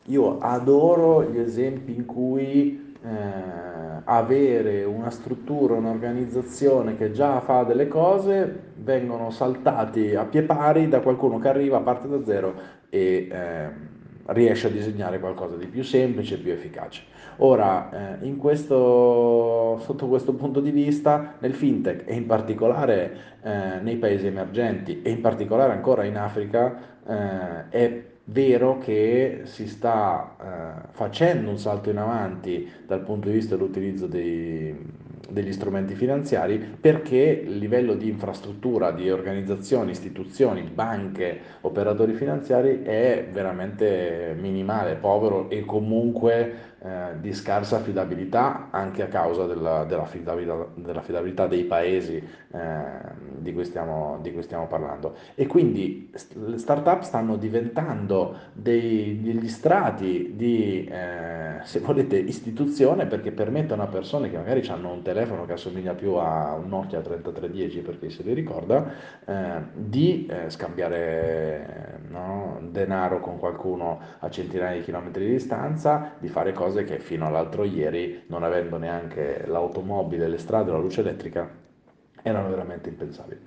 Io adoro gli esempi in cui avere una struttura, un'organizzazione che già fa delle cose vengono saltati a pie pari da qualcuno che arriva, parte da zero e riesce a disegnare qualcosa di più semplice e più efficace. Ora, sotto questo punto di vista, nel fintech e in particolare nei paesi emergenti e in particolare ancora in Africa, è vero che si sta facendo un salto in avanti dal punto di vista dell'utilizzo degli strumenti finanziari perché il livello di infrastruttura di organizzazioni, istituzioni, banche, operatori finanziari è veramente minimale, povero e comunque di scarsa affidabilità anche a causa dell'affidabilità dei paesi di cui stiamo parlando. E quindi le startup stanno diventando degli strati di, se volete, istituzione perché permettono a persone che magari hanno un telefono che assomiglia più a un Nokia 3310, per chi se li ricorda, di scambiare no, denaro con qualcuno a centinaia di chilometri di distanza, di fare cose che fino all'altro ieri, non avendo neanche l'automobile, le strade o la luce elettrica, erano veramente impensabili.